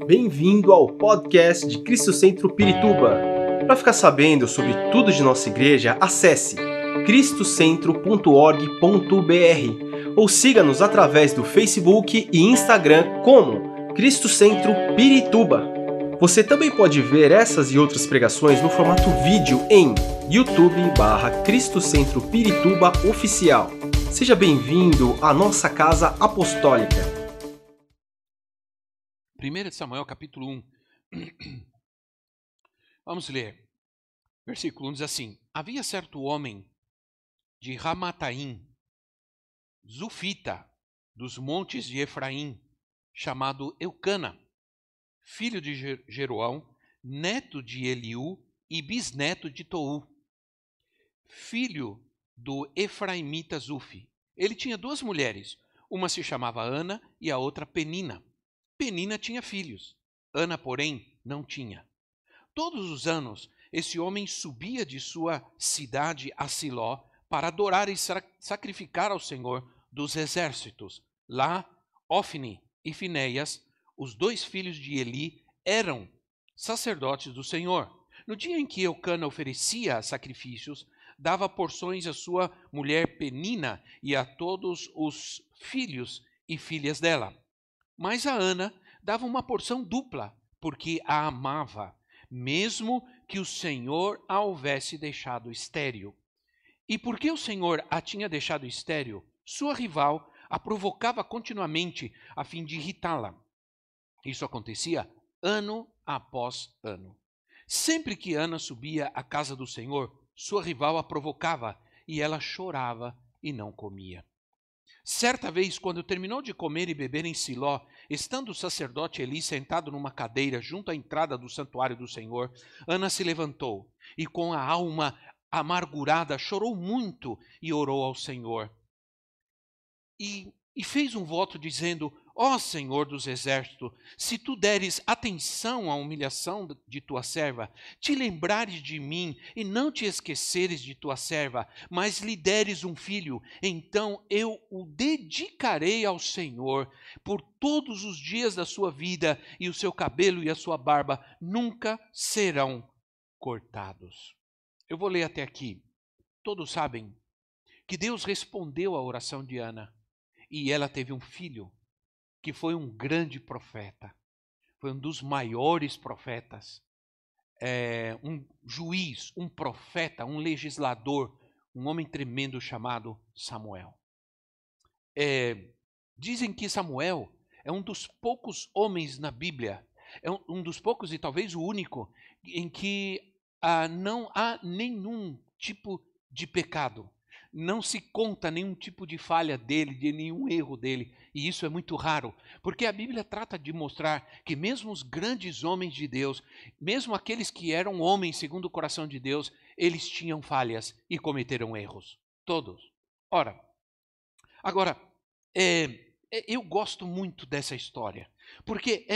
Bem-vindo ao podcast de Cristo Centro Pirituba. Para ficar sabendo sobre tudo de nossa igreja, acesse cristocentro.org.br ou siga-nos através do Facebook e Instagram como Cristo Centro Pirituba. Você também pode ver essas e outras pregações no formato vídeo em YouTube/Cristo Centro Pirituba Oficial. Seja bem-vindo à nossa casa apostólica. 1 Samuel capítulo 1. Vamos ler. Versículo 1 diz assim: Havia certo homem de Ramataim, Zufita, dos montes de Efraim, chamado Eucana, filho de Jeroão, neto de Eliú e bisneto de Tou, filho do Efraimita Zufi. Ele tinha duas mulheres, uma se chamava Ana e a outra Penina. Penina tinha filhos, Ana, porém, não tinha. Todos os anos, esse homem subia de sua cidade a Siló para adorar e sacrificar ao Senhor dos exércitos. Lá, Ofni e Finéias, os dois filhos de Eli, eram sacerdotes do Senhor. No dia em que Eucana oferecia sacrifícios, dava porções à sua mulher Penina e a todos os filhos e filhas dela. Mas a Ana dava uma porção dupla, porque a amava, mesmo que o Senhor a houvesse deixado estéril. E porque o Senhor a tinha deixado estéril, sua rival a provocava continuamente a fim de irritá-la. Isso acontecia ano após ano. Sempre que Ana subia à casa do Senhor, sua rival a provocava e ela chorava e não comia. Certa vez, quando terminou de comer e beber em Siló, estando o sacerdote Eli sentado numa cadeira junto à entrada do santuário do Senhor, Ana se levantou e com a alma amargurada chorou muito e orou ao Senhor. E fez um voto dizendo: Ó Senhor dos exércitos, se tu deres atenção à humilhação de tua serva, te lembrares de mim e não te esqueceres de tua serva, mas lhe deres um filho, então eu o dedicarei ao Senhor por todos os dias da sua vida, e o seu cabelo e a sua barba nunca serão cortados. Eu vou ler até aqui. Todos sabem que Deus respondeu à oração de Ana e ela teve um filho que foi um grande profeta, foi um dos maiores profetas, um juiz, um profeta, um legislador, um homem tremendo chamado Samuel. Dizem que Samuel é um dos poucos homens na Bíblia, é um dos poucos e talvez o único, em que não há nenhum tipo de pecado. Não se conta nenhum tipo de falha dele, de nenhum erro dele. E isso é muito raro, porque a Bíblia trata de mostrar que mesmo os grandes homens de Deus, mesmo aqueles que eram homens segundo o coração de Deus, eles tinham falhas e cometeram erros. Todos. Ora, agora, eu gosto muito dessa história, porque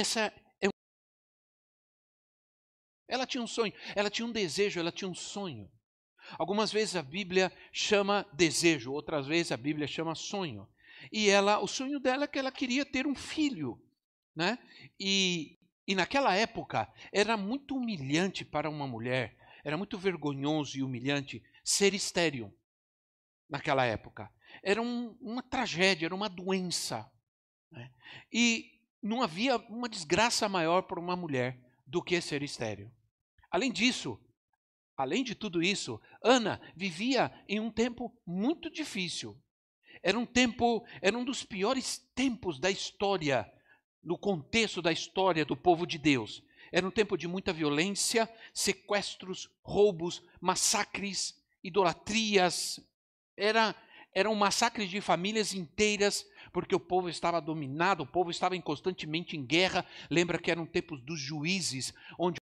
ela tinha um sonho, ela tinha um desejo, ela tinha um sonho. Algumas vezes a Bíblia chama desejo, outras vezes a Bíblia chama sonho. E o sonho dela é que ela queria ter um filho, né? E naquela época era muito humilhante para uma mulher, era muito vergonhoso e humilhante ser estéril. Naquela época era uma tragédia, era uma doença, né? E não havia uma desgraça maior para uma mulher do que ser estéril. Além de tudo isso, Ana vivia em um tempo muito difícil. Era um dos piores tempos da história, no contexto da história do povo de Deus. Era um tempo de muita violência, sequestros, roubos, massacres, idolatrias. Eram massacres de famílias inteiras, porque o povo estava dominado, o povo estava constantemente em guerra. Lembra que eram tempos dos juízes, onde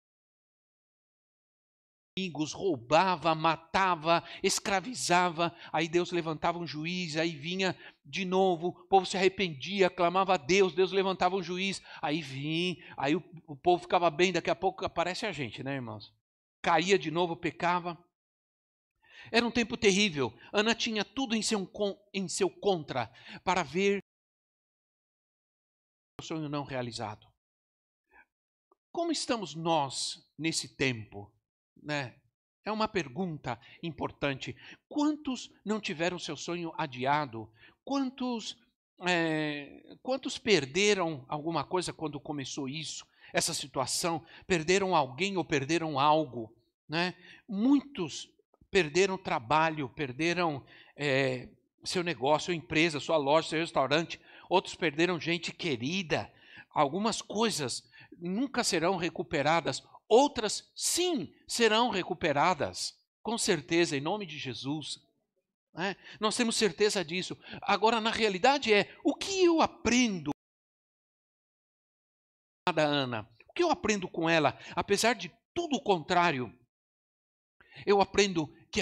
roubava, matava, escravizava, aí Deus levantava um juiz, aí vinha de novo, o povo se arrependia, clamava a Deus, Deus levantava um juiz, aí o povo ficava bem, daqui a pouco aparece a gente, né, irmãos? Caía de novo, pecava. Era um tempo terrível. Ana tinha tudo em seu contra para ver o sonho não realizado. como estamos nós nesse tempo, né? É uma pergunta importante. Quantos não tiveram seu sonho adiado? Quantos perderam alguma coisa quando começou isso? Essa situação? Perderam alguém ou perderam algo? Né? Muitos perderam trabalho, perderam seu negócio, sua empresa, sua loja, seu restaurante. Outros perderam gente querida. Algumas coisas nunca serão recuperadas. Outras, sim, serão recuperadas, com certeza, em nome de Jesus. Nós temos certeza disso. Agora, na realidade o que eu aprendo da Ana? O que eu aprendo com ela? Apesar de tudo o contrário, eu aprendo que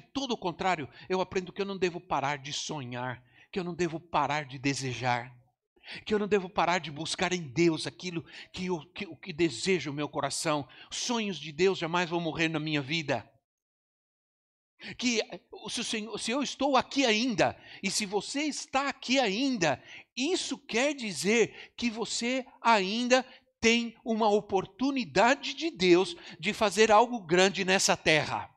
eu não devo parar de sonhar, que eu não devo parar de desejar, que eu não devo parar de buscar em Deus aquilo que deseja o meu coração. Sonhos de Deus jamais vão morrer na minha vida. Que se eu estou aqui ainda, e se você está aqui ainda, isso quer dizer que você ainda tem uma oportunidade de Deus de fazer algo grande nessa terra.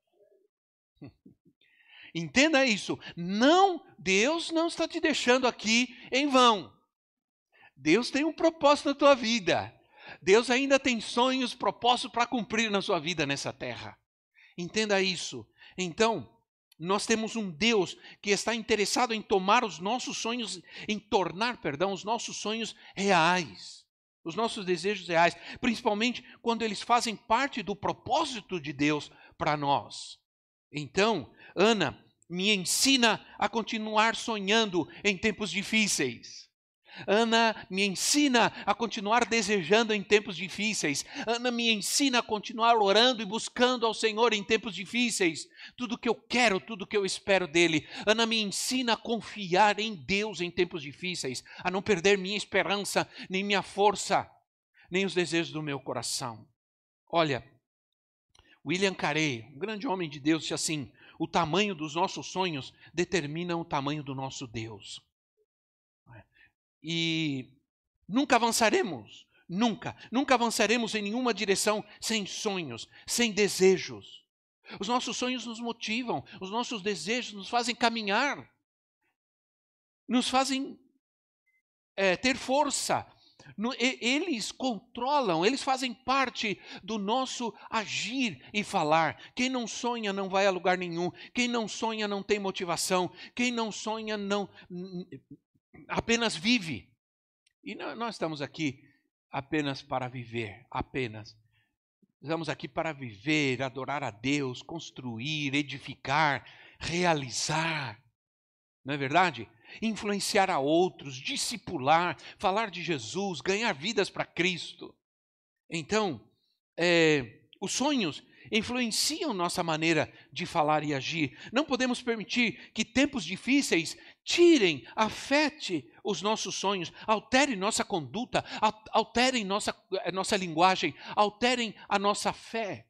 Entenda isso. Deus não está te deixando aqui em vão. Deus tem um propósito na tua vida. Deus ainda tem sonhos, propósitos para cumprir na sua vida nessa terra. Entenda isso. Então, nós temos um Deus que está interessado em tomar os nossos sonhos, em tornar, os nossos sonhos reais. Os nossos desejos reais, principalmente quando eles fazem parte do propósito de Deus para nós. Então, Ana, me ensina a continuar sonhando em tempos difíceis. Ana me ensina a continuar desejando em tempos difíceis. Ana me ensina a continuar orando e buscando ao Senhor em tempos difíceis. Tudo que eu quero, tudo que eu espero dEle. Ana me ensina a confiar em Deus em tempos difíceis, a não perder minha esperança, nem minha força, nem os desejos do meu coração. Olha, William Carey, um grande homem de Deus, disse assim: o tamanho dos nossos sonhos determina o tamanho do nosso Deus. E nunca avançaremos, nunca avançaremos em nenhuma direção sem sonhos, sem desejos. Os nossos sonhos nos motivam, os nossos desejos nos fazem caminhar, nos fazem ter força. Eles controlam, eles fazem parte do nosso agir e falar. Quem não sonha não vai a lugar nenhum. Quem não sonha não tem motivação. Quem não sonha não apenas vive. E nós estamos aqui apenas para viver, apenas. Estamos aqui para viver, adorar a Deus, construir, edificar, realizar. Não é verdade? Influenciar a outros, discipular, falar de Jesus, ganhar vidas para Cristo. Então, os sonhos influenciam nossa maneira de falar e agir. Não podemos permitir que tempos difíceis afete os nossos sonhos, alterem nossa conduta, alterem nossa linguagem, alterem a nossa fé.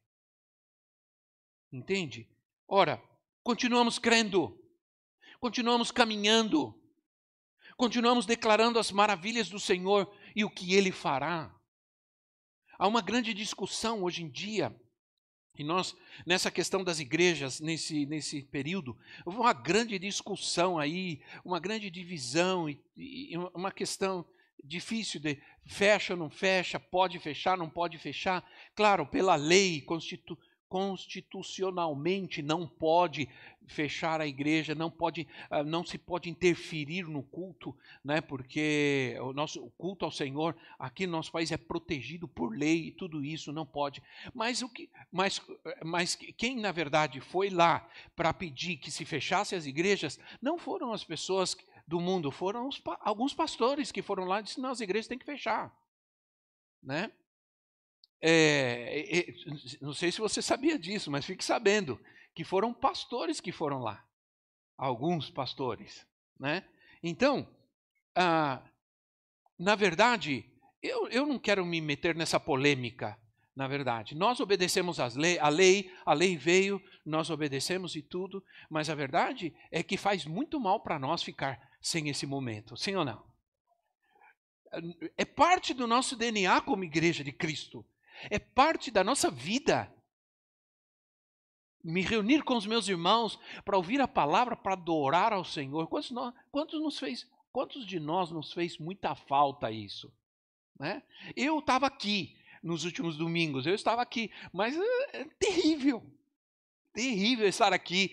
Entende? Ora, continuamos crendo. Continuamos caminhando, continuamos declarando as maravilhas do Senhor e o que Ele fará. Há uma grande discussão hoje em dia, e nós, nessa questão das igrejas, nesse período, houve uma grande discussão aí, uma grande divisão, e uma questão difícil de fecha ou não fecha, pode fechar, não pode fechar. Claro, pela lei constitucionalmente não pode fechar a igreja, não se pode interferir no culto, né? Porque o culto ao Senhor aqui no nosso país é protegido por lei e tudo isso não pode. Mas quem na verdade foi lá para pedir que se fechasse as igrejas não foram as pessoas do mundo, foram alguns pastores que foram lá e disseram: não, as igrejas têm que fechar, né? Não sei se você sabia disso, mas fique sabendo que foram pastores que foram lá, alguns pastores, né? Então, na verdade, eu não quero me meter nessa polêmica. Na verdade, nós obedecemos a lei veio, nós obedecemos e tudo, mas a verdade é que faz muito mal para nós ficar sem esse momento, sim ou não? É parte do nosso DNA como igreja de Cristo. É parte da nossa vida. Me reunir com os meus irmãos para ouvir a palavra, para adorar ao Senhor. Quantos de nós nos fez muita falta isso? Né? Eu estava aqui nos últimos domingos, mas é terrível. Terrível estar aqui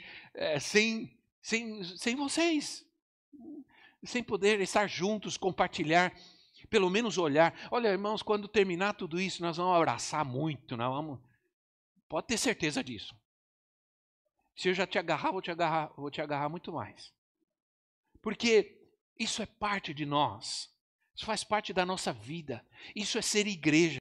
sem vocês. Sem poder estar juntos, compartilhar, pelo menos olhar. Olha, irmãos, quando terminar tudo isso, nós vamos abraçar muito. Pode ter certeza disso. Se eu já te agarrar, vou te agarrar muito mais. Porque isso é parte de nós. Isso faz parte da nossa vida. Isso é ser igreja.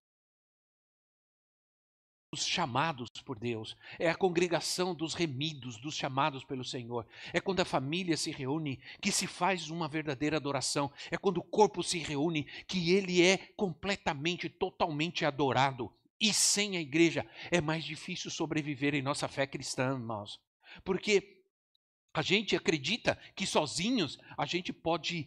Os chamados por Deus. É a congregação dos remidos, dos chamados pelo Senhor. É quando a família se reúne que se faz uma verdadeira adoração. É quando o corpo se reúne que ele é completamente, totalmente adorado. E sem a igreja é mais difícil sobreviver em nossa fé cristã, irmãos. Porque a gente acredita que sozinhos a gente pode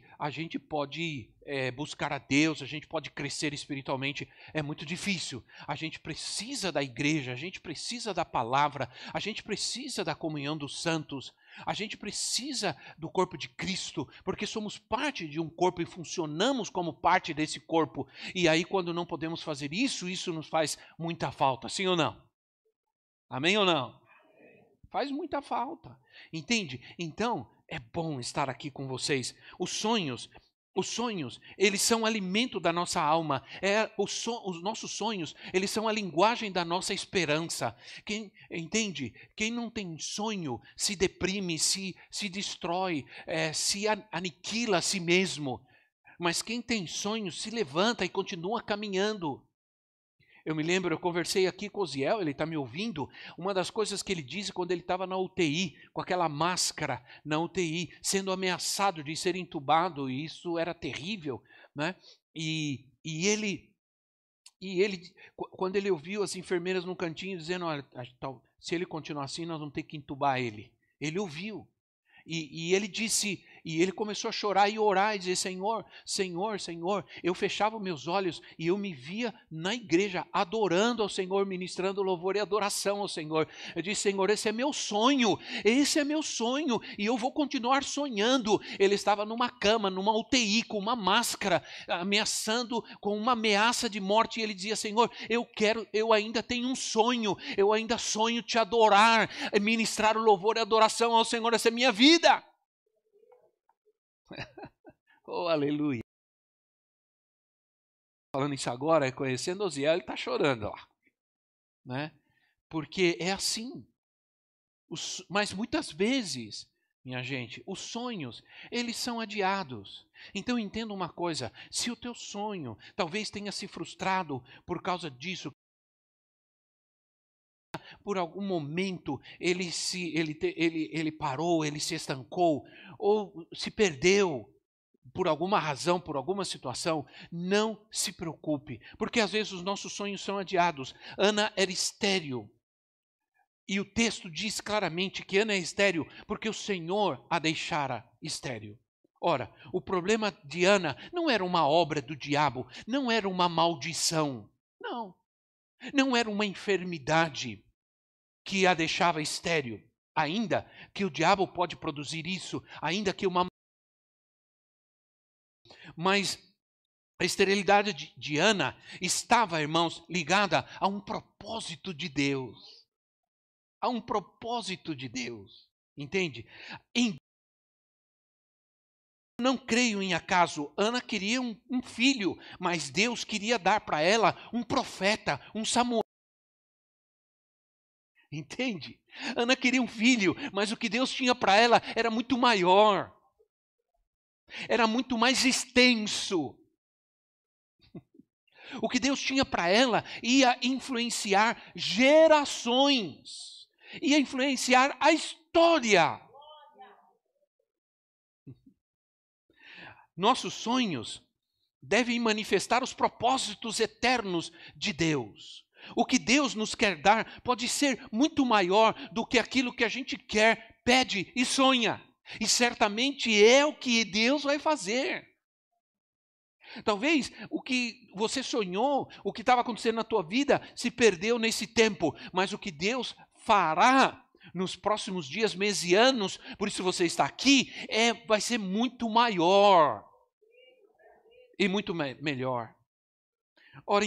buscar a Deus, a gente pode crescer espiritualmente. É muito difícil. A gente precisa da igreja, a gente precisa da palavra, a gente precisa da comunhão dos santos, a gente precisa do corpo de Cristo, porque somos parte de um corpo e funcionamos como parte desse corpo. E aí quando não podemos fazer isso nos faz muita falta, sim ou não? Amém ou não? Faz muita falta, entende? Então, é bom estar aqui com vocês. Os sonhos, eles são alimento da nossa alma. Os nossos sonhos, eles são a linguagem da nossa esperança. Entende? Quem não tem sonho se deprime, se destrói, se aniquila a si mesmo. Mas quem tem sonho se levanta e continua caminhando. Eu me lembro, eu conversei aqui com o Ziel, ele está me ouvindo. Uma das coisas que ele disse quando ele estava na UTI, com aquela máscara na UTI, sendo ameaçado de ser entubado, e isso era terrível, né? E ele, quando ele ouviu as enfermeiras no cantinho dizendo, olha, se ele continuar assim, nós vamos ter que entubar ele. Ele ouviu. E ele disse, e ele começou a chorar e orar e dizer, Senhor, Senhor, Senhor. Eu fechava meus olhos e eu me via na igreja adorando ao Senhor, ministrando louvor e adoração ao Senhor. Eu disse, Senhor, esse é meu sonho e eu vou continuar sonhando. Ele estava numa cama, numa UTI, com uma máscara, ameaçando, com uma ameaça de morte. E ele dizia, Senhor, eu ainda tenho um sonho, eu ainda sonho te adorar, ministrar o louvor e adoração ao Senhor, essa é minha vida. Oh, aleluia. Falando isso agora, conhecendo o Ziel, ele está chorando lá, né? Porque é assim. Mas muitas vezes, minha gente, os sonhos, eles são adiados. Então entenda uma coisa, se o teu sonho talvez tenha se frustrado por causa disso, por algum momento ele parou, ele se estancou, ou se perdeu por alguma razão, por alguma situação, não se preocupe, porque às vezes os nossos sonhos são adiados. Ana era estéril, e o texto diz claramente que Ana é estéril porque o Senhor a deixara estéril. Ora, o problema de Ana não era uma obra do diabo, não era uma maldição, não era uma enfermidade que a deixava estéril, ainda que o diabo pode produzir isso, ainda que Mas a esterilidade de Ana estava, irmãos, ligada a um propósito de Deus. A um propósito de Deus, entende? Não creio em acaso, Ana queria um filho, mas Deus queria dar para ela um profeta, um Samuel. Entende? Ana queria um filho, mas o que Deus tinha para ela era muito maior. Era muito mais extenso. O que Deus tinha para ela ia influenciar gerações. Ia influenciar a história. Nossos sonhos devem manifestar os propósitos eternos de Deus. O que Deus nos quer dar pode ser muito maior do que aquilo que a gente quer, pede e sonha. E certamente é o que Deus vai fazer. Talvez o que você sonhou, o que estava acontecendo na tua vida, se perdeu nesse tempo. Mas o que Deus fará nos próximos dias, meses e anos, por isso você está aqui, vai ser muito maior e muito melhor. Ora,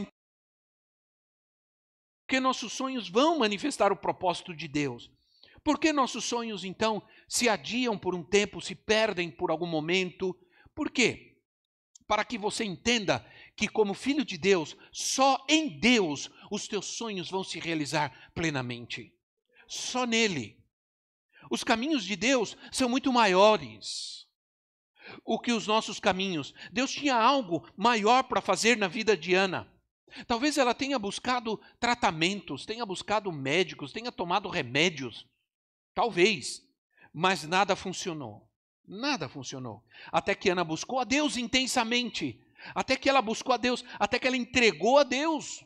porque nossos sonhos vão manifestar o propósito de Deus. Por que nossos sonhos, então, se adiam por um tempo, se perdem por algum momento? Por quê? Para que você entenda que, como filho de Deus, só em Deus os teus sonhos vão se realizar plenamente. Só nele. Os caminhos de Deus são muito maiores do que os nossos caminhos. Deus tinha algo maior para fazer na vida de Ana. Talvez ela tenha buscado tratamentos, tenha buscado médicos, tenha tomado remédios. Talvez, mas nada funcionou. Nada funcionou. Até que Ana buscou a Deus intensamente. Até que ela buscou a Deus. Até que ela entregou a Deus.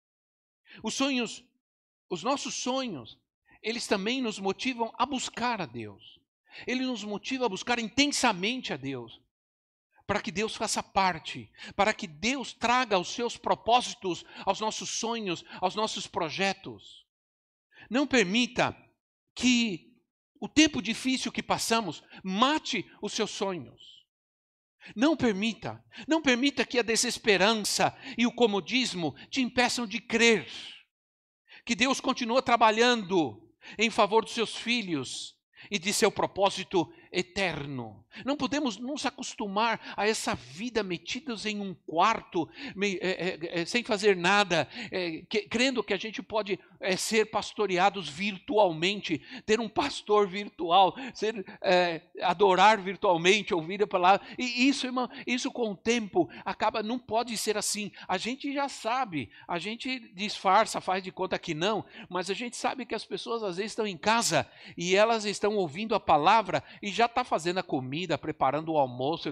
Os nossos sonhos, eles também nos motivam a buscar a Deus. Ele nos motiva a buscar intensamente a Deus. Para que Deus faça parte. Para que Deus traga os seus propósitos aos nossos sonhos, aos nossos projetos. Não permita que o tempo difícil que passamos mate os seus sonhos. Não permita que a desesperança e o comodismo te impeçam de crer que Deus continua trabalhando em favor dos seus filhos e de seu propósito eterno. Não podemos nos acostumar a essa vida metidos em um quarto, sem fazer nada, crendo que a gente pode ser pastoreados virtualmente, ter um pastor virtual, adorar virtualmente, ouvir a palavra. E isso, irmão, isso com o tempo não pode ser assim. A gente já sabe, a gente disfarça, faz de conta que não, mas a gente sabe que as pessoas às vezes estão em casa e elas estão ouvindo a palavra e já está fazendo a comida, preparando o almoço.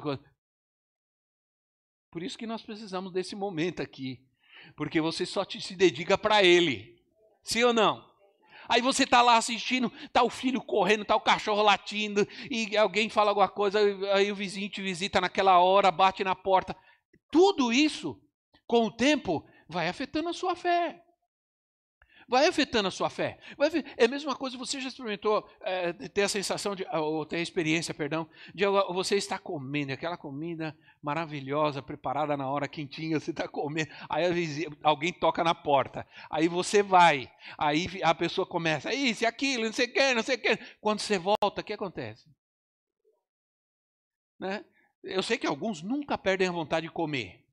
Por isso que nós precisamos desse momento aqui. Porque você só se dedica para Ele. Sim ou não? Aí você está lá assistindo, está o filho correndo, está o cachorro latindo, e alguém fala alguma coisa, aí o vizinho te visita naquela hora, bate na porta. Tudo isso, com o tempo, vai afetando a sua fé. Vai afetando a sua fé. É a mesma coisa, você já experimentou ter a sensação, ou ter a experiência, de você estar comendo aquela comida maravilhosa, preparada na hora, quentinha, você está comendo, aí alguém toca na porta, aí você vai, aí a pessoa começa, isso e aquilo, não sei o que, não sei o que. Quando você volta, o que acontece? Né? Eu sei que alguns nunca perdem a vontade de comer.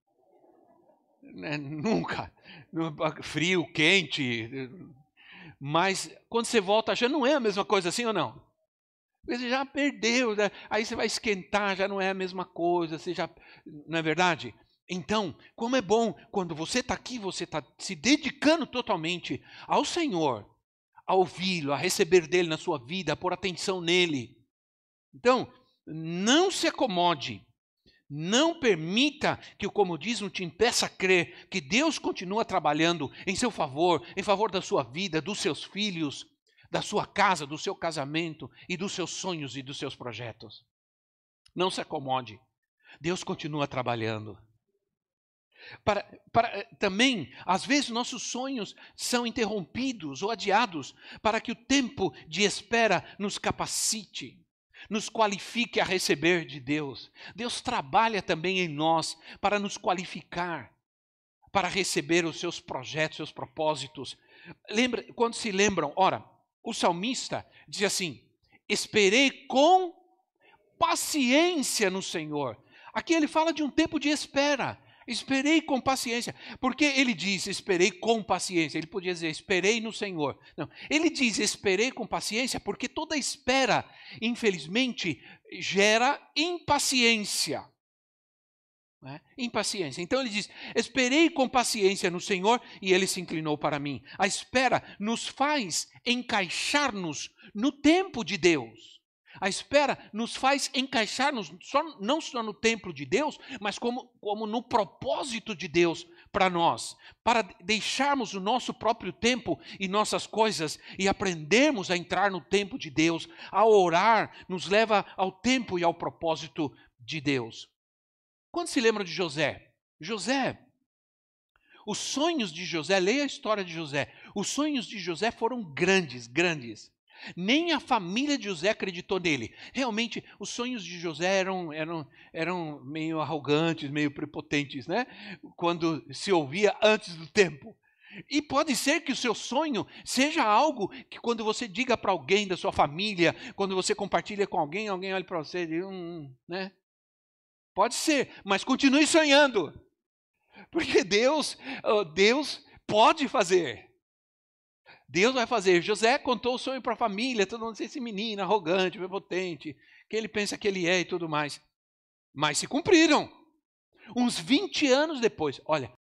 Nunca. Frio, quente. Mas quando você volta, já não é a mesma coisa, assim ou não? Você já perdeu, aí você vai esquentar, já não é a mesma coisa, não é verdade? Então, como é bom quando você está aqui, você está se dedicando totalmente ao Senhor, a ouvi-lo, a receber dele na sua vida, a pôr atenção nele. Então, não se acomode. Não permita que o comodismo te impeça a crer que Deus continua trabalhando em seu favor, em favor da sua vida, dos seus filhos, da sua casa, do seu casamento e dos seus sonhos e dos seus projetos. Não se acomode. Deus continua trabalhando. Também, às vezes, nossos sonhos são interrompidos ou adiados para que o tempo de espera nos capacite, nos qualifique a receber de Deus. Deus trabalha também em nós para nos qualificar, para receber os seus projetos, seus propósitos. Quando se lembram, ora, o salmista diz assim, esperei com paciência no Senhor. Aqui ele fala de um tempo de espera. Esperei com paciência. Porque ele diz, esperei com paciência. Ele podia dizer, esperei no Senhor. Não, ele diz, esperei com paciência, porque toda espera, infelizmente, gera impaciência. Né? Impaciência. Então ele diz, esperei com paciência no Senhor e ele se inclinou para mim. A espera nos faz encaixar-nos no tempo de Deus. A espera nos faz encaixar-nos não só no templo de Deus, mas como no propósito de Deus para nós. Para deixarmos o nosso próprio tempo e nossas coisas e aprendermos a entrar no tempo de Deus. A orar nos leva ao tempo e ao propósito de Deus. Quantos se lembram de José? Os sonhos de José, leia a história de José. Os sonhos de José foram grandes, grandes. Nem a família de José acreditou nele. Realmente, os sonhos de José eram meio arrogantes, meio prepotentes, né? Quando se ouvia antes do tempo. E pode ser que o seu sonho seja algo que quando você diga para alguém da sua família, quando você compartilha com alguém olha para você e diz, né? Pode ser, mas continue sonhando. Porque Deus pode fazer. Deus vai fazer. José contou o sonho para a família, todo mundo disse, esse menino arrogante, prepotente, que ele pensa que ele é e tudo mais. Mas se cumpriram. Uns 20 anos depois, olha,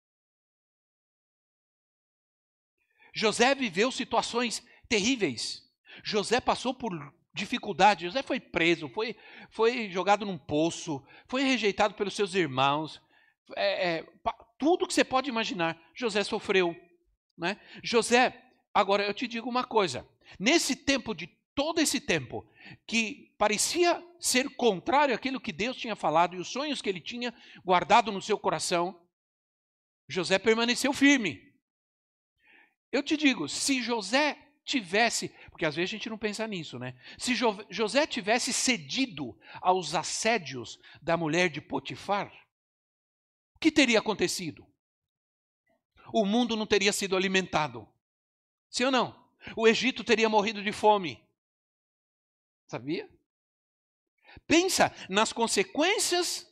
José viveu situações terríveis. José passou por dificuldade. José foi preso, foi jogado num poço, foi rejeitado pelos seus irmãos. Tudo que você pode imaginar, José sofreu. Né? José, agora eu te digo uma coisa. Nesse tempo, de todo esse tempo, que parecia ser contrário àquilo que Deus tinha falado e os sonhos que ele tinha guardado no seu coração, José permaneceu firme. Eu te digo, se José tivesse, porque às vezes a gente não pensa nisso, né? Se José tivesse cedido aos assédios da mulher de Potifar, o que teria acontecido? O mundo não teria sido alimentado. Sim ou não? O Egito teria morrido de fome. Sabia? Pensa nas consequências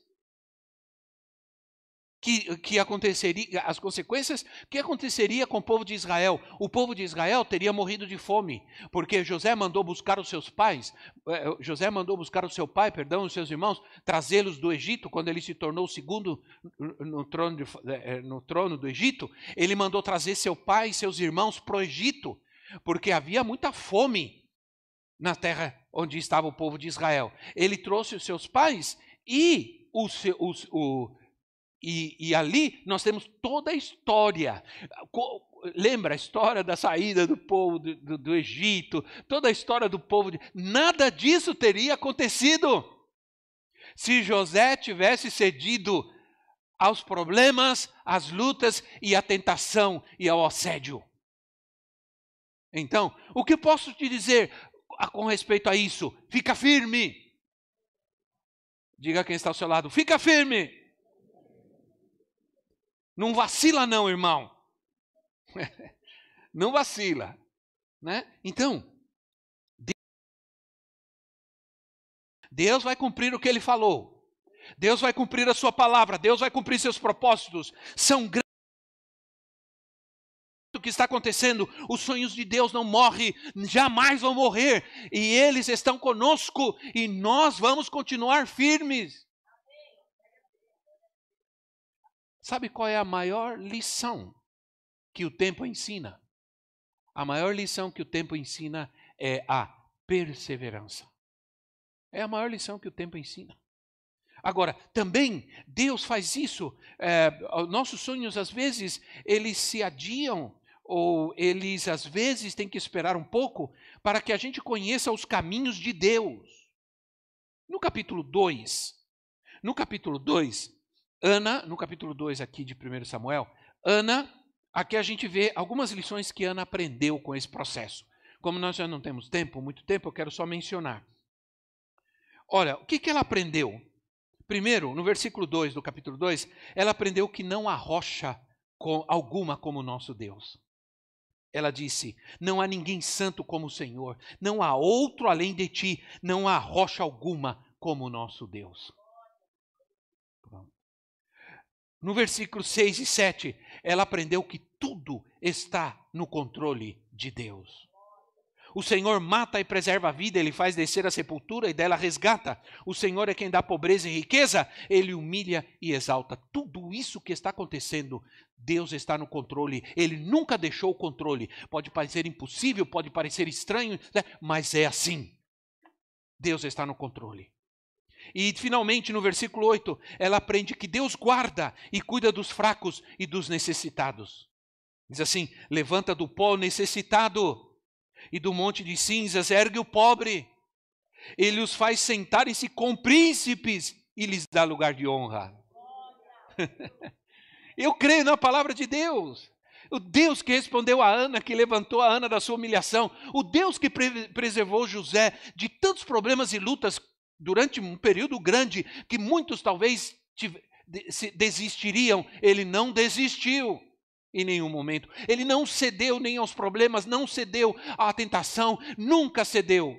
que aconteceria, as consequências que aconteceria com o povo de Israel. O povo de Israel teria morrido de fome, porque José mandou buscar os seus pais, os seus irmãos, trazê-los do Egito, quando ele se tornou o segundo no trono do Egito, ele mandou trazer seu pai e seus irmãos para o Egito, porque havia muita fome na terra onde estava o povo de Israel. Ele trouxe os seus pais e E ali nós temos toda a história. Lembra a história da saída do povo do Egito, toda a história do povo. Nada disso teria acontecido se José tivesse cedido aos problemas, às lutas e à tentação e ao assédio. Então, o que posso te dizer com respeito a isso? Fica firme. Diga a quem está ao seu lado, fica firme. Não vacila não, irmão. Não vacila. Né? Então, Deus vai cumprir o que Ele falou. Deus vai cumprir a sua palavra. Deus vai cumprir seus propósitos. São grandes. O que está acontecendo? Os sonhos de Deus não morrem, jamais vão morrer. E eles estão conosco. E nós vamos continuar firmes. Sabe qual é a maior lição que o tempo ensina? A maior lição que o tempo ensina é a perseverança. É a maior lição que o tempo ensina. Agora, também Deus faz isso. Nossos sonhos, às vezes, eles se adiam, ou eles, às vezes, têm que esperar um pouco para que a gente conheça os caminhos de Deus. No capítulo 2, Ana, no capítulo 2 aqui de 1 Samuel, Ana, aqui a gente vê algumas lições que Ana aprendeu com esse processo. Como nós já não temos muito tempo, eu quero só mencionar. Olha, o que ela aprendeu? Primeiro, no versículo 2 do capítulo 2, ela aprendeu que não há rocha alguma como o nosso Deus. Ela disse, não há ninguém santo como o Senhor, não há outro além de ti, não há rocha alguma como o nosso Deus. No versículo 6 e 7, ela aprendeu que tudo está no controle de Deus. O Senhor mata e preserva a vida, Ele faz descer a sepultura e dela resgata. O Senhor é quem dá pobreza e riqueza, Ele humilha e exalta. Tudo isso que está acontecendo, Deus está no controle. Ele nunca deixou o controle. Pode parecer impossível, pode parecer estranho, mas é assim. Deus está no controle. E finalmente no versículo 8, ela aprende que Deus guarda e cuida dos fracos e dos necessitados. Diz assim, levanta do pó o necessitado e do monte de cinzas ergue o pobre. Ele os faz sentarem-se com príncipes e lhes dá lugar de honra. Eu creio na palavra de Deus. O Deus que respondeu a Ana, que levantou a Ana da sua humilhação. O Deus que preservou José de tantos problemas e lutas durante um período grande que muitos talvez desistiriam. Ele não desistiu em nenhum momento. Ele não cedeu nem aos problemas, não cedeu à tentação, nunca cedeu.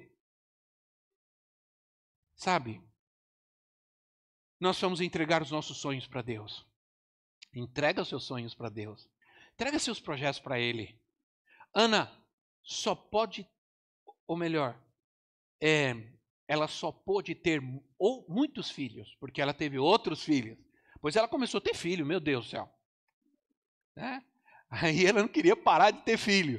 Sabe? Nós vamos entregar os nossos sonhos para Deus. Entrega os seus sonhos para Deus. Entrega seus projetos para Ele. Ana só pode, ou melhor, ela só pôde ter muitos filhos, porque ela teve outros filhos. Pois ela começou a ter filho, meu Deus do céu. Aí ela não queria parar de ter filho.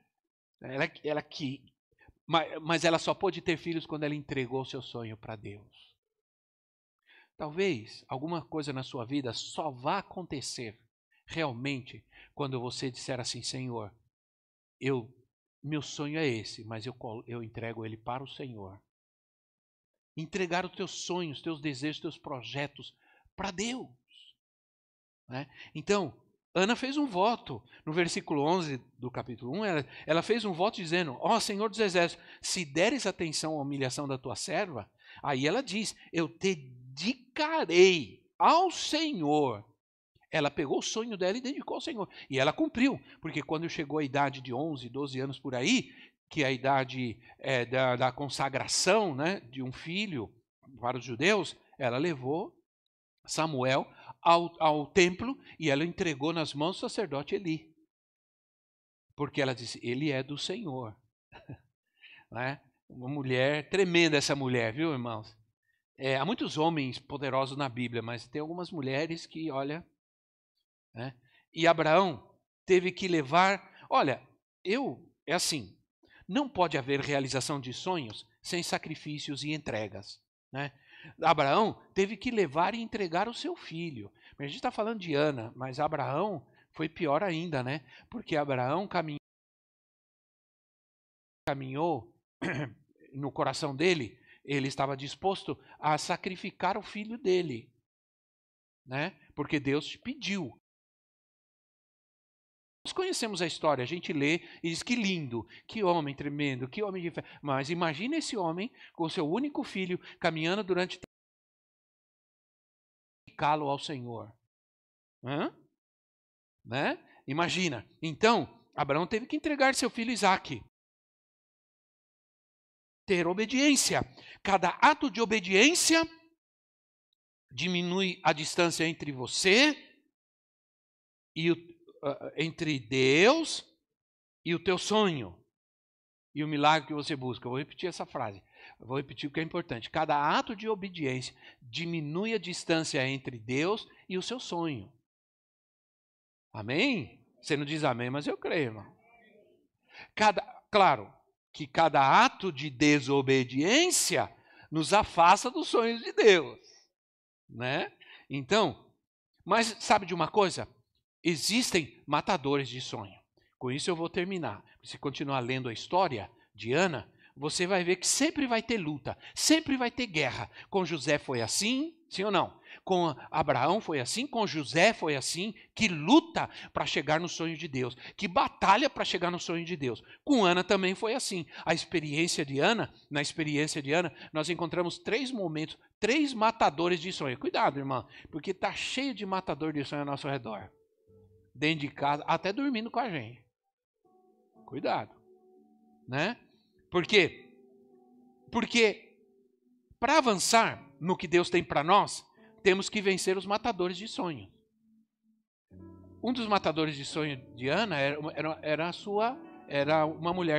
Mas ela só pôde ter filhos quando ela entregou o seu sonho para Deus. Talvez alguma coisa na sua vida só vá acontecer realmente quando você disser assim: Senhor, meu sonho é esse, mas eu entrego ele para o Senhor. Entregar os teus sonhos, teus desejos, teus projetos para Deus. Né? Então, Ana fez um voto. No versículo 11 do capítulo 1, ela fez um voto dizendo: ó Senhor dos Exércitos, se deres atenção à humilhação da tua serva, aí ela diz: eu te dedicarei ao Senhor. Ela pegou o sonho dela e dedicou ao Senhor. E ela cumpriu, porque quando chegou a idade de 11, 12 anos por aí, que é a idade da consagração, né, de um filho para os judeus, ela levou Samuel ao templo e ela entregou nas mãos do sacerdote Eli. Porque ela disse: ele é do Senhor. Né? Uma mulher tremenda, essa mulher, viu, irmãos? Há muitos homens poderosos na Bíblia, mas tem algumas mulheres que, olha... Né? E Abraão teve que levar... Olha, é assim, não pode haver realização de sonhos sem sacrifícios e entregas. Né? Abraão teve que levar e entregar o seu filho. A gente está falando de Ana, mas Abraão foi pior ainda, né? Porque Abraão caminhou no coração dele, ele estava disposto a sacrificar o filho dele, né? Porque Deus te pediu. Nós conhecemos a história, a gente lê e diz: que lindo, que homem tremendo, que homem de fé. Mas imagina esse homem com seu único filho caminhando durante dedicá-lo ao Senhor. Né? Imagina. Então, Abraão teve que entregar seu filho Isaque. Ter obediência. Cada ato de obediência diminui a distância entre você e entre Deus e o teu sonho e o milagre que você busca. Eu vou repetir essa frase. Eu vou repetir o que é importante. Cada ato de obediência diminui a distância entre Deus e o seu sonho. Amém? Você não diz amém, mas eu creio, irmão. Claro que cada ato de desobediência nos afasta dos sonhos de Deus, né? Então, mas sabe de uma coisa? Existem matadores de sonho. Com isso eu vou terminar. Se continuar lendo a história de Ana, você vai ver que sempre vai ter luta, sempre vai ter guerra. Com José foi assim, sim ou não? Com Abraão foi assim, com José foi assim. Que luta para chegar no sonho de Deus, que batalha para chegar no sonho de Deus. Com Ana também foi assim. Na experiência de Ana, nós encontramos 3 momentos, 3 matadores de sonho. Cuidado, irmão, porque está cheio de matador de sonho ao nosso redor. Dentro de casa, até dormindo com a gente. Cuidado, né? Por quê? Porque para avançar no que Deus tem para nós, temos que vencer os matadores de sonho. Um dos matadores de sonho de Ana era uma mulher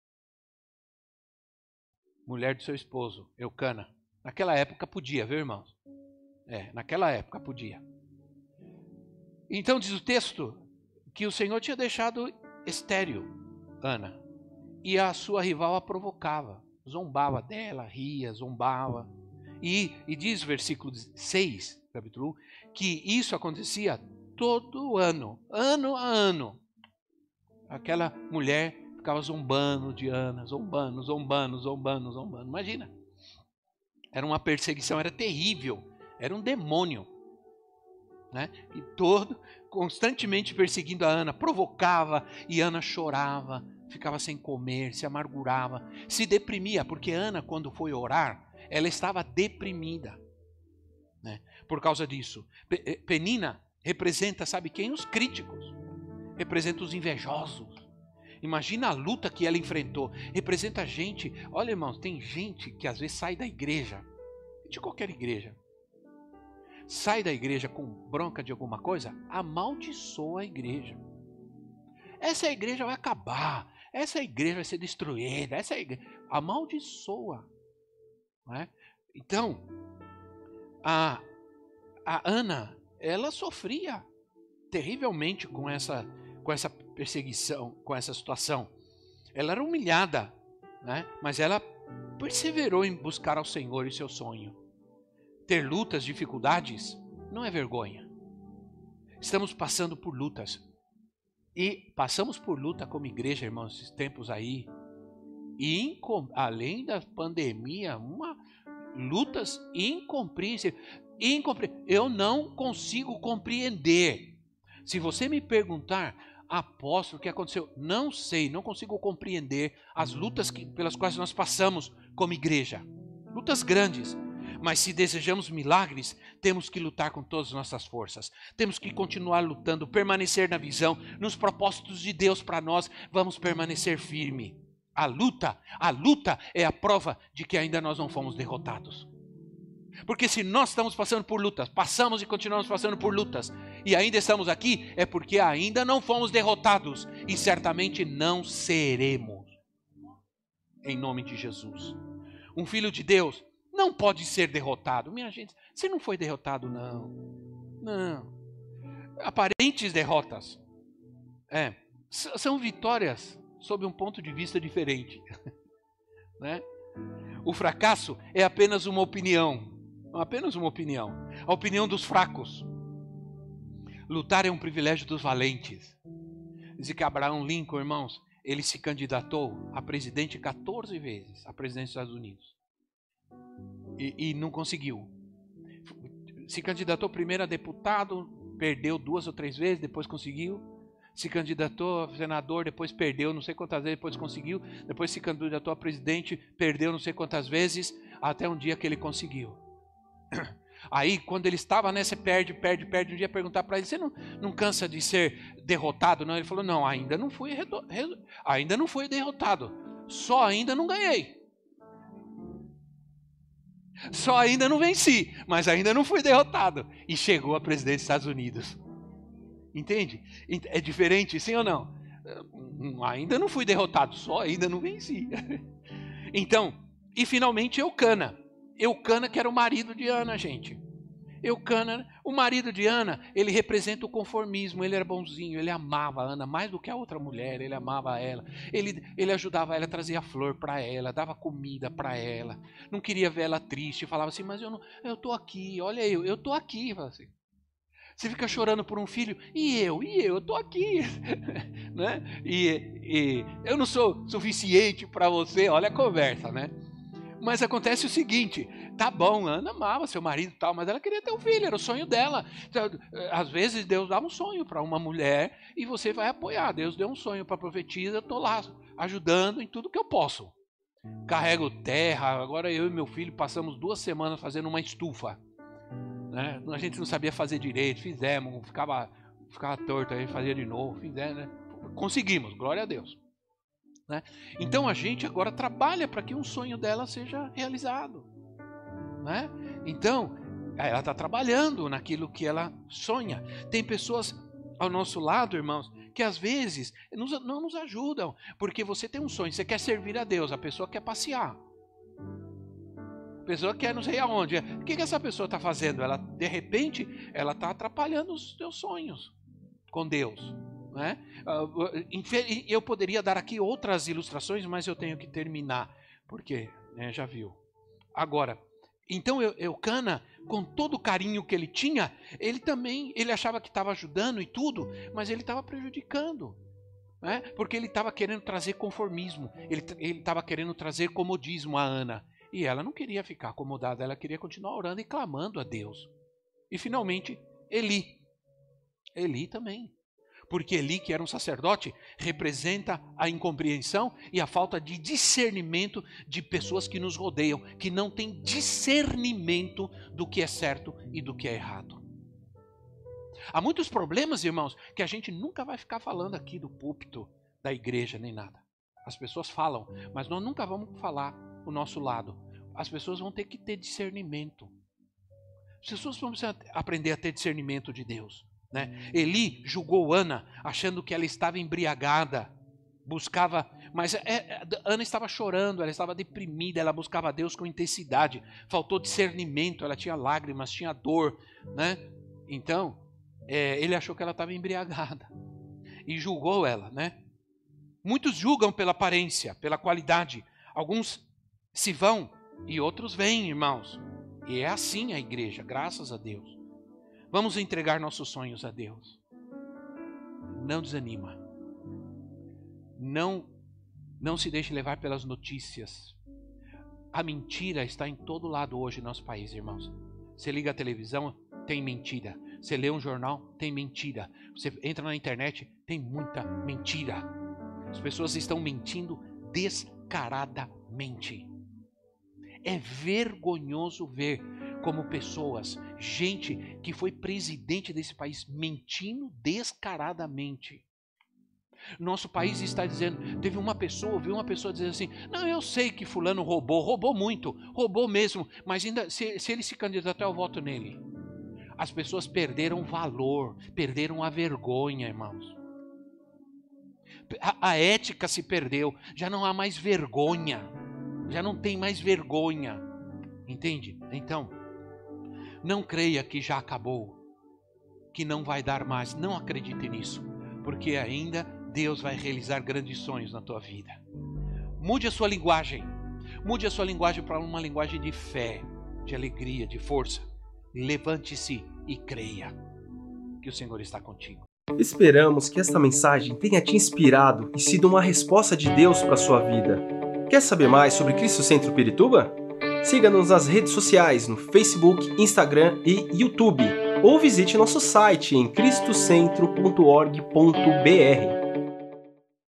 de seu esposo, Eucana. Naquela época podia, viu, irmãos? Naquela época podia. Então diz o texto que o Senhor tinha deixado estéril Ana. E a sua rival a provocava, zombava dela, ria, zombava. E diz versículo 6, capítulo 1, que isso acontecia todo ano, ano a ano. Aquela mulher ficava zombando de Ana, zombando. Imagina. Era uma perseguição, era terrível, era um demônio. né? E constantemente perseguindo a Ana, provocava, e Ana chorava, ficava sem comer, se amargurava, se deprimia, porque Ana, quando foi orar, ela estava deprimida, né? Por causa disso. Penina representa, sabe quem? Os críticos, representa os invejosos. Imagina a luta que ela enfrentou. Representa gente. Olha, irmãos, tem gente que às vezes sai da igreja, de qualquer igreja, sai da igreja com bronca de alguma coisa, amaldiçoa a igreja. Essa igreja vai acabar, essa igreja vai ser destruída, essa igreja amaldiçoa, né? Então, a Ana, ela sofria terrivelmente com essa perseguição, com essa situação. Ela era humilhada, né? Mas ela perseverou em buscar ao Senhor e seu sonho. Ter lutas, dificuldades, não é vergonha. Estamos passando por lutas. E passamos por luta como igreja, irmãos, esses tempos aí. E além da pandemia, lutas incompreensíveis. Eu não consigo compreender. Se você me perguntar, apóstolo, o que aconteceu? Não sei, não consigo compreender as lutas pelas quais nós passamos como igreja. Lutas grandes. Mas se desejamos milagres, temos que lutar com todas as nossas forças. Temos que continuar lutando, permanecer na visão, nos propósitos de Deus para nós, vamos permanecer firme. A luta é a prova de que ainda nós não fomos derrotados. Porque se nós estamos passando por lutas, passamos e continuamos passando por lutas, e ainda estamos aqui, é porque ainda não fomos derrotados, e certamente não seremos. Em nome de Jesus. Um filho de Deus não pode ser derrotado. Minha gente, você não foi derrotado, não. Não. Aparentes derrotas. São vitórias sob um ponto de vista diferente. Né? O fracasso é apenas uma opinião. Apenas uma opinião. A opinião dos fracos. Lutar é um privilégio dos valentes. Diz que Abraham Lincoln, irmãos, ele se candidatou a presidente 14 vezes, a presidente dos Estados Unidos. E não conseguiu. Se candidatou primeiro a deputado, perdeu 2 ou 3 vezes, depois conseguiu. Se candidatou a senador, depois perdeu não sei quantas vezes, depois conseguiu. Depois se candidatou a presidente, perdeu não sei quantas vezes, até um dia que ele conseguiu. Aí, quando ele estava nessa, perde, um dia perguntar para ele, você não cansa de ser derrotado? Não, ele falou, não, ainda não fui derrotado, só ainda não ganhei. Só ainda não venci, mas ainda não fui derrotado. E chegou a presidente dos Estados Unidos. Entende? É diferente, sim ou não? Ainda não fui derrotado, só ainda não venci. Então, e finalmente Eucana. Eucana, que era o marido de Ana, gente. Eucana, o marido de Ana, ele representa o conformismo, ele era bonzinho, ele amava a Ana mais do que a outra mulher, ele amava ela, ele ajudava ela, trazia flor para ela, dava comida para ela, não queria ver ela triste, falava assim, mas eu tô aqui, olha eu tô aqui, assim. Você fica chorando por um filho, e eu tô aqui, né? E eu não sou suficiente para você, olha a conversa, né? Mas acontece o seguinte, tá bom, Ana amava seu marido e tal, mas ela queria ter um filho, era o sonho dela. Às vezes Deus dá um sonho para uma mulher e você vai apoiar. Deus deu um sonho para a profetisa, eu estou lá ajudando em tudo que eu posso. Carrego terra, agora eu e meu filho passamos 2 semanas fazendo uma estufa. Né? A gente não sabia fazer direito, fizemos, ficava torto, a gente fazia de novo, fizemos, né? Conseguimos, glória a Deus. Né? Então a gente agora trabalha para que um sonho dela seja realizado. Né? Então ela está trabalhando naquilo que ela sonha. Tem pessoas ao nosso lado, irmãos, que às vezes não nos ajudam, porque você tem um sonho, você quer servir a Deus, a pessoa quer passear, a pessoa quer não sei aonde. O que essa pessoa está fazendo? Ela, de repente, ela está atrapalhando os seus sonhos com Deus. Né? Eu poderia dar aqui outras ilustrações, mas eu tenho que terminar, porque já viu. Agora, então Eucana, com todo o carinho que ele tinha, ele achava que estava ajudando e tudo, mas ele estava prejudicando, né? Porque ele estava querendo trazer conformismo, ele estava querendo trazer comodismo a Ana, e ela não queria ficar acomodada, ela queria continuar orando e clamando a Deus. E finalmente Eli, Eli também. Porque Eli, que era um sacerdote, representa a incompreensão e a falta de discernimento de pessoas que nos rodeiam, que não têm discernimento do que é certo e do que é errado. Há muitos problemas, irmãos, que a gente nunca vai ficar falando aqui do púlpito da igreja, nem nada. As pessoas falam, mas nós nunca vamos falar o nosso lado. As pessoas vão ter que ter discernimento. As pessoas vão aprender a ter discernimento de Deus. Eli julgou Ana, achando que ela estava embriagada, buscava, mas Ana estava chorando, ela estava deprimida, ela buscava a Deus com intensidade, faltou discernimento, ela tinha lágrimas, tinha dor, Então, ele achou que ela estava embriagada e julgou ela, Muitos julgam pela aparência, pela qualidade, alguns se vão e outros vêm, irmãos, e é assim a igreja, graças a Deus. Vamos entregar nossos sonhos a Deus. Não desanima. Não se deixe levar pelas notícias. A mentira está em todo lado hoje no nosso país, irmãos. Você liga a televisão, tem mentira. Você lê um jornal, tem mentira. Você entra na internet, tem muita mentira. As pessoas estão mentindo descaradamente. É vergonhoso ver como pessoas, gente que foi presidente desse país, mentindo descaradamente. Nosso país está dizendo, ouvi uma pessoa dizendo assim, não, eu sei que fulano roubou muito, roubou mesmo, mas ainda se ele se candidatar, eu voto nele. As pessoas perderam valor, perderam a vergonha, irmãos. A ética se perdeu, já não há mais vergonha, já não tem mais vergonha, entende? Então, não creia que já acabou, que não vai dar mais. Não acredite nisso, porque ainda Deus vai realizar grandes sonhos na tua vida. Mude a sua linguagem. Mude a sua linguagem para uma linguagem de fé, de alegria, de força. Levante-se e creia que o Senhor está contigo. Esperamos que esta mensagem tenha te inspirado e sido uma resposta de Deus para a sua vida. Quer saber mais sobre Cristo Centro Pirituba? Siga-nos nas redes sociais no Facebook, Instagram e YouTube, ou visite nosso site em cristocentro.org.br.